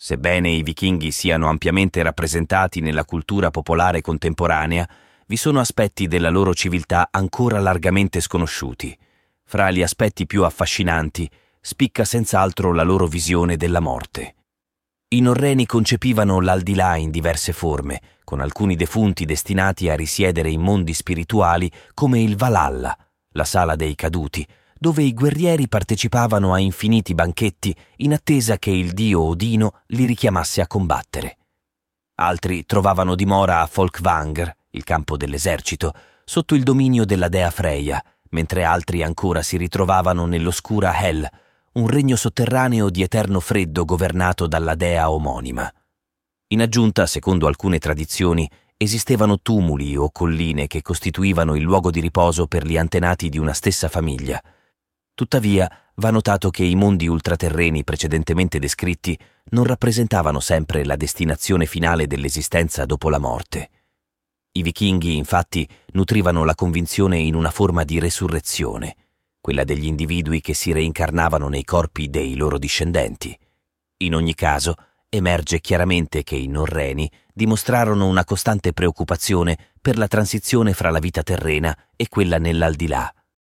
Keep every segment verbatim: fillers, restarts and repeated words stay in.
Sebbene i vichinghi siano ampiamente rappresentati nella cultura popolare contemporanea, vi sono aspetti della loro civiltà ancora largamente sconosciuti. Fra gli aspetti più affascinanti spicca senz'altro la loro visione della morte. I norreni concepivano l'aldilà in diverse forme, con alcuni defunti destinati a risiedere in mondi spirituali come il Valhalla, la sala dei caduti, dove i guerrieri partecipavano a infiniti banchetti in attesa che il dio Odino li richiamasse a combattere. Altri trovavano dimora a Folkvangr, il campo dell'esercito, sotto il dominio della dea Freya, mentre altri ancora si ritrovavano nell'oscura Hel, un regno sotterraneo di eterno freddo governato dalla dea omonima. In aggiunta, secondo alcune tradizioni, esistevano tumuli o colline che costituivano il luogo di riposo per gli antenati di una stessa famiglia. Tuttavia, va notato che i mondi ultraterreni precedentemente descritti non rappresentavano sempre la destinazione finale dell'esistenza dopo la morte. I vichinghi, infatti, nutrivano la convinzione in una forma di resurrezione, quella degli individui che si reincarnavano nei corpi dei loro discendenti. In ogni caso, emerge chiaramente che i norreni dimostrarono una costante preoccupazione per la transizione fra la vita terrena e quella nell'aldilà.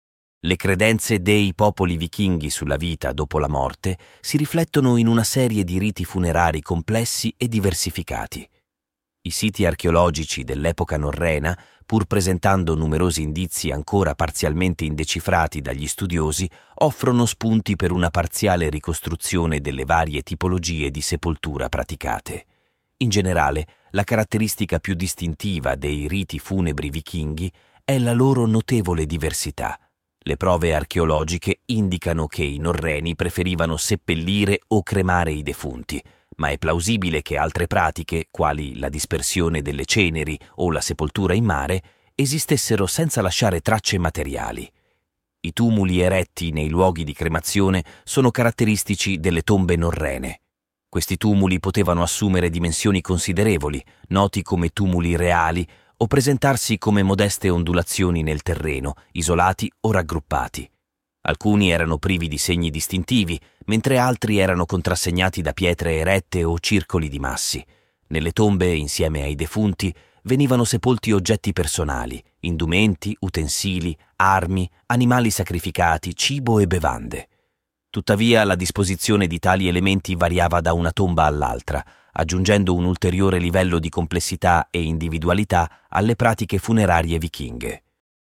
Le credenze dei popoli vichinghi sulla vita dopo la morte si riflettono in una serie di riti funerari complessi e diversificati. I siti archeologici dell'epoca norrena, pur presentando numerosi indizi ancora parzialmente indecifrati dagli studiosi, offrono spunti per una parziale ricostruzione delle varie tipologie di sepoltura praticate. In generale, la caratteristica più distintiva dei riti funebri vichinghi è la loro notevole diversità. Le prove archeologiche indicano che i norreni preferivano seppellire o cremare i defunti, ma è plausibile che altre pratiche, quali la dispersione delle ceneri o la sepoltura in mare, esistessero senza lasciare tracce materiali. I tumuli eretti nei luoghi di cremazione sono caratteristici delle tombe norrene. Questi tumuli potevano assumere dimensioni considerevoli, noti come tumuli reali, o presentarsi come modeste ondulazioni nel terreno, isolati o raggruppati. Alcuni erano privi di segni distintivi, mentre altri erano contrassegnati da pietre erette o circoli di massi. Nelle tombe, insieme ai defunti, venivano sepolti oggetti personali, indumenti, utensili, armi, animali sacrificati, cibo e bevande. Tuttavia, la disposizione di tali elementi variava da una tomba all'altra, aggiungendo un ulteriore livello di complessità e individualità alle pratiche funerarie vichinghe.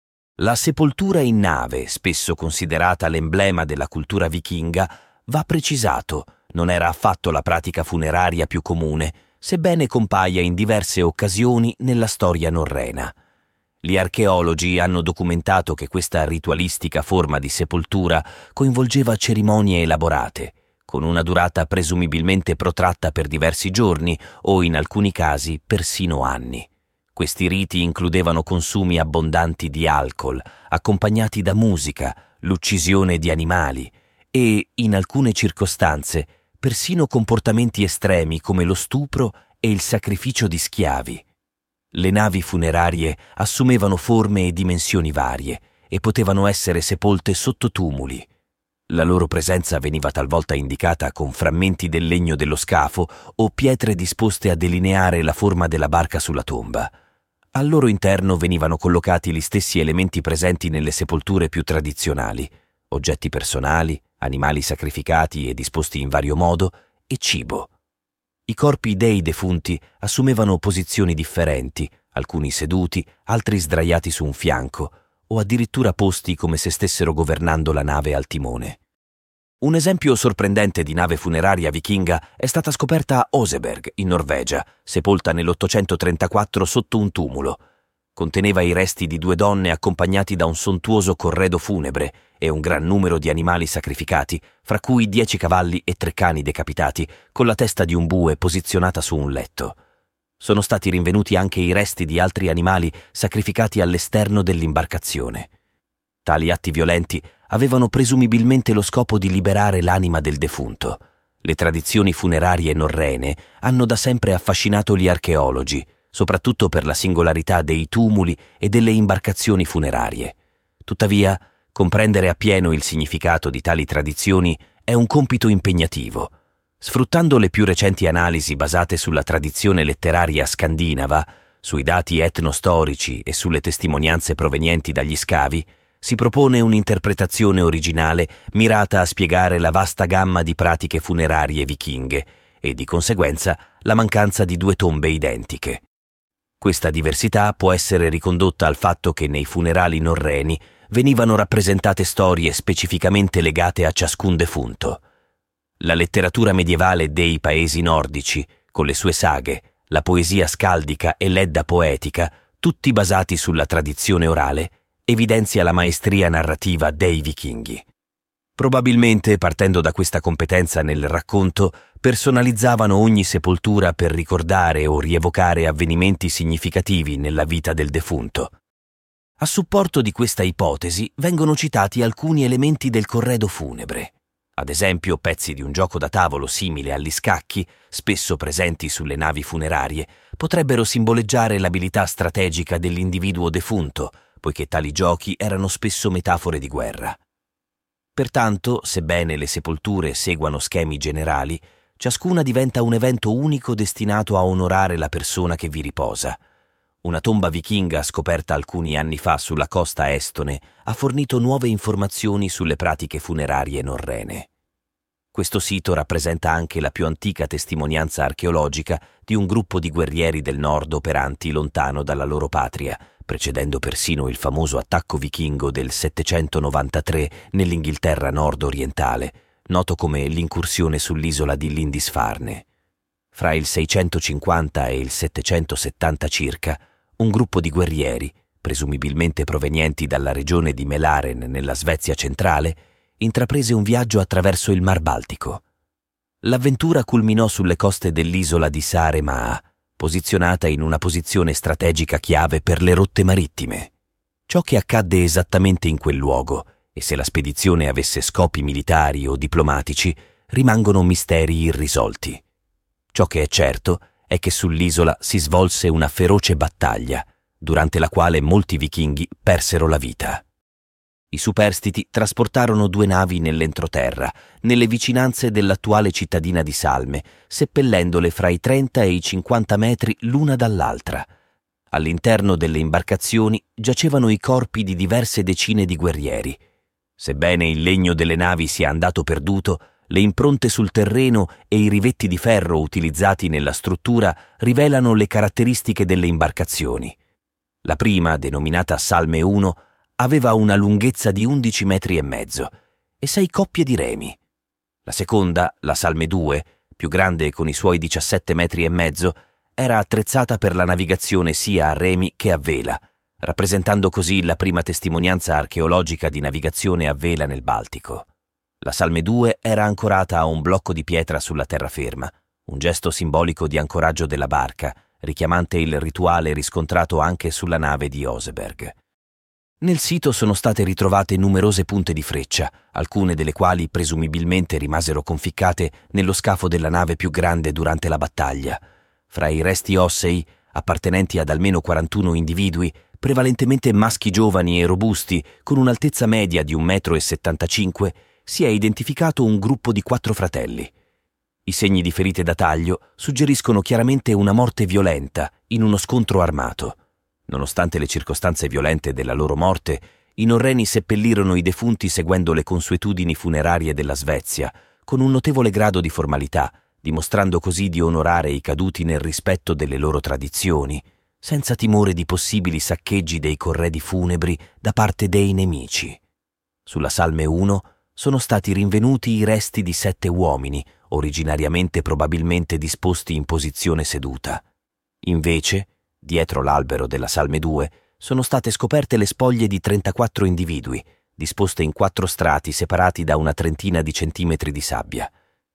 La sepoltura in nave, spesso considerata l'emblema della cultura vichinga, va precisato, non era affatto la pratica funeraria più comune, sebbene compaia in diverse occasioni nella storia norrena. Gli archeologi hanno documentato che questa ritualistica forma di sepoltura coinvolgeva cerimonie elaborate, con una durata presumibilmente protratta per diversi giorni o, in alcuni casi, persino anni. Questi riti includevano consumi abbondanti di alcol, accompagnati da musica, l'uccisione di animali e, in alcune circostanze, persino comportamenti estremi come lo stupro e il sacrificio di schiavi. Le navi funerarie assumevano forme e dimensioni varie e potevano essere sepolte sotto tumuli. La loro presenza veniva talvolta indicata con frammenti del legno dello scafo o pietre disposte a delineare la forma della barca sulla tomba. Al loro interno venivano collocati gli stessi elementi presenti nelle sepolture più tradizionali: oggetti personali, animali sacrificati e disposti in vario modo, e cibo. I corpi dei defunti assumevano posizioni differenti, alcuni seduti, altri sdraiati su un fianco, o addirittura posti come se stessero governando la nave al timone. Un esempio sorprendente di nave funeraria vichinga è stata scoperta a Oseberg, in Norvegia, sepolta nell'ottocentotrentaquattro sotto un tumulo. Conteneva i resti di due donne accompagnati da un sontuoso corredo funebre e un gran numero di animali sacrificati, fra cui dieci cavalli e tre cani decapitati, con la testa di un bue posizionata su un letto. Sono stati rinvenuti anche i resti di altri animali sacrificati all'esterno dell'imbarcazione. Tali atti violenti avevano presumibilmente lo scopo di liberare l'anima del defunto. Le tradizioni funerarie norrene hanno da sempre affascinato gli archeologi, soprattutto per la singolarità dei tumuli e delle imbarcazioni funerarie. Tuttavia, comprendere appieno il significato di tali tradizioni è un compito impegnativo. Sfruttando le più recenti analisi basate sulla tradizione letteraria scandinava, sui dati etnostorici e sulle testimonianze provenienti dagli scavi, si propone un'interpretazione originale mirata a spiegare la vasta gamma di pratiche funerarie vichinghe e, di conseguenza, la mancanza di due tombe identiche. Questa diversità può essere ricondotta al fatto che nei funerali norreni venivano rappresentate storie specificamente legate a ciascun defunto. La letteratura medievale dei paesi nordici, con le sue saghe, la poesia scaldica e l'Edda poetica, tutti basati sulla tradizione orale, evidenzia la maestria narrativa dei vichinghi. Probabilmente, partendo da questa competenza nel racconto, personalizzavano ogni sepoltura per ricordare o rievocare avvenimenti significativi nella vita del defunto. A supporto di questa ipotesi vengono citati alcuni elementi del corredo funebre. Ad esempio, pezzi di un gioco da tavolo simile agli scacchi, spesso presenti sulle navi funerarie, potrebbero simboleggiare l'abilità strategica dell'individuo defunto, poiché tali giochi erano spesso metafore di guerra. Pertanto, sebbene le sepolture seguano schemi generali, ciascuna diventa un evento unico destinato a onorare la persona che vi riposa. Una tomba vichinga scoperta alcuni anni fa sulla costa estone ha fornito nuove informazioni sulle pratiche funerarie norrene. Questo sito rappresenta anche la più antica testimonianza archeologica di un gruppo di guerrieri del nord operanti lontano dalla loro patria, precedendo persino il famoso attacco vichingo del settecentonovantatré nell'Inghilterra nord-orientale, noto come l'incursione sull'isola di Lindisfarne. Fra il seicentocinquanta e il settecentosettanta circa, un gruppo di guerrieri, presumibilmente provenienti dalla regione di Mälaren nella Svezia centrale, intraprese un viaggio attraverso il Mar Baltico. L'avventura culminò sulle coste dell'isola di Saaremaa, posizionata in una posizione strategica chiave per le rotte marittime. Ciò che accadde esattamente in quel luogo, e se la spedizione avesse scopi militari o diplomatici, rimangono misteri irrisolti. Ciò che è certo è che sull'isola si svolse una feroce battaglia, durante la quale molti vichinghi persero la vita. I superstiti trasportarono due navi nell'entroterra, nelle vicinanze dell'attuale cittadina di Salme, seppellendole fra i trenta e i cinquanta metri l'una dall'altra. All'interno delle imbarcazioni giacevano i corpi di diverse decine di guerrieri. Sebbene il legno delle navi sia andato perduto, le impronte sul terreno e i rivetti di ferro utilizzati nella struttura rivelano le caratteristiche delle imbarcazioni. La prima, denominata Salme uno, aveva una lunghezza di undici metri e mezzo e sei coppie di remi. La seconda, la Salme due, più grande con i suoi diciassette metri e mezzo, era attrezzata per la navigazione sia a remi che a vela, rappresentando così la prima testimonianza archeologica di navigazione a vela nel Baltico. La Salme due era ancorata a un blocco di pietra sulla terraferma, un gesto simbolico di ancoraggio della barca, richiamante il rituale riscontrato anche sulla nave di Oseberg. Nel sito sono state ritrovate numerose punte di freccia, alcune delle quali presumibilmente rimasero conficcate nello scafo della nave più grande durante la battaglia. Fra i resti ossei, appartenenti ad almeno quarantuno individui, prevalentemente maschi giovani e robusti, con un'altezza media di un metro e settantacinque, si è identificato un gruppo di quattro fratelli. I segni di ferite da taglio suggeriscono chiaramente una morte violenta in uno scontro armato. Nonostante le circostanze violente della loro morte, i norreni seppellirono i defunti seguendo le consuetudini funerarie della Svezia, con un notevole grado di formalità, dimostrando così di onorare i caduti nel rispetto delle loro tradizioni, senza timore di possibili saccheggi dei corredi funebri da parte dei nemici. Sulla Salme uno sono stati rinvenuti i resti di sette uomini, originariamente probabilmente disposti in posizione seduta. Invece, dietro l'albero della Salme due, sono state scoperte le spoglie di trentaquattro individui, disposte in quattro strati separati da una trentina di centimetri di sabbia.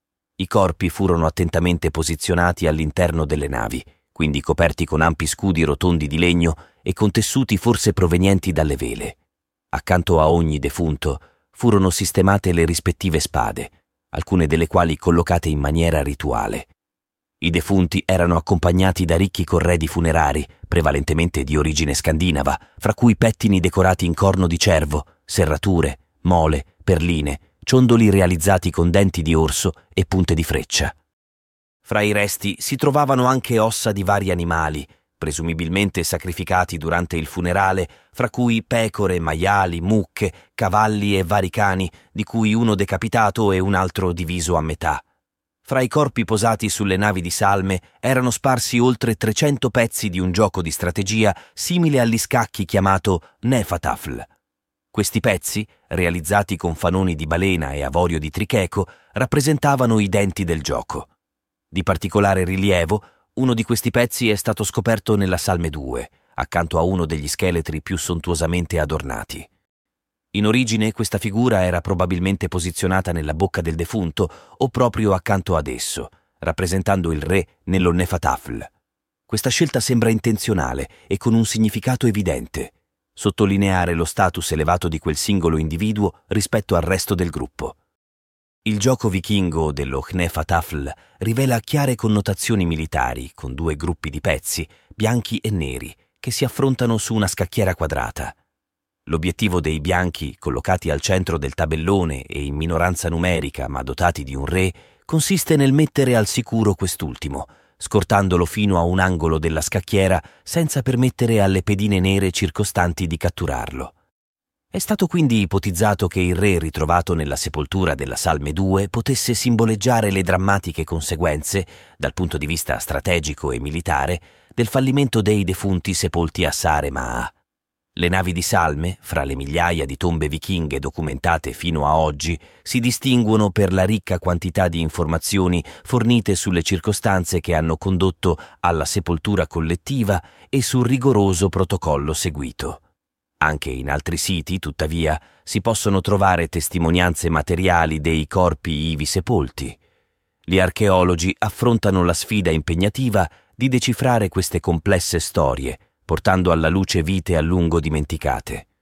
I corpi furono attentamente posizionati all'interno delle navi, quindi coperti con ampi scudi rotondi di legno e con tessuti forse provenienti dalle vele. Accanto a ogni defunto furono sistemate le rispettive spade, alcune delle quali collocate in maniera rituale. I defunti erano accompagnati da ricchi corredi funerari, prevalentemente di origine scandinava, fra cui pettini decorati in corno di cervo, serrature, mole, perline, ciondoli realizzati con denti di orso e punte di freccia. Fra i resti si trovavano anche ossa di vari animali, presumibilmente sacrificati durante il funerale, fra cui pecore, maiali, mucche, cavalli e vari cani, di cui uno decapitato e un altro diviso a metà. Fra i corpi posati sulle navi di salme erano sparsi oltre trecento pezzi di un gioco di strategia simile agli scacchi chiamato Nefatafl. Questi pezzi, realizzati con fanoni di balena e avorio di tricheco, rappresentavano i denti del gioco. Di particolare rilievo, uno di questi pezzi è stato scoperto nella Salme due, accanto a uno degli scheletri più sontuosamente adornati. In origine questa figura era probabilmente posizionata nella bocca del defunto o proprio accanto ad esso, rappresentando il re nello Nefatafl. Questa scelta sembra intenzionale e con un significato evidente: sottolineare lo status elevato di quel singolo individuo rispetto al resto del gruppo. Il gioco vichingo dello Hnefatafl rivela chiare connotazioni militari con due gruppi di pezzi, bianchi e neri, che si affrontano su una scacchiera quadrata. L'obiettivo dei bianchi, collocati al centro del tabellone e in minoranza numerica ma dotati di un re, consiste nel mettere al sicuro quest'ultimo, scortandolo fino a un angolo della scacchiera senza permettere alle pedine nere circostanti di catturarlo. È stato quindi ipotizzato che il re ritrovato nella sepoltura della Salme due potesse simboleggiare le drammatiche conseguenze, dal punto di vista strategico e militare, del fallimento dei defunti sepolti a Saaremaa. Le navi di salme, fra le migliaia di tombe vichinghe documentate fino a oggi, si distinguono per la ricca quantità di informazioni fornite sulle circostanze che hanno condotto alla sepoltura collettiva e sul rigoroso protocollo seguito. Anche in altri siti, tuttavia, si possono trovare testimonianze materiali dei corpi ivi sepolti. Gli archeologi affrontano la sfida impegnativa di decifrare queste complesse storie, portando alla luce vite a lungo dimenticate.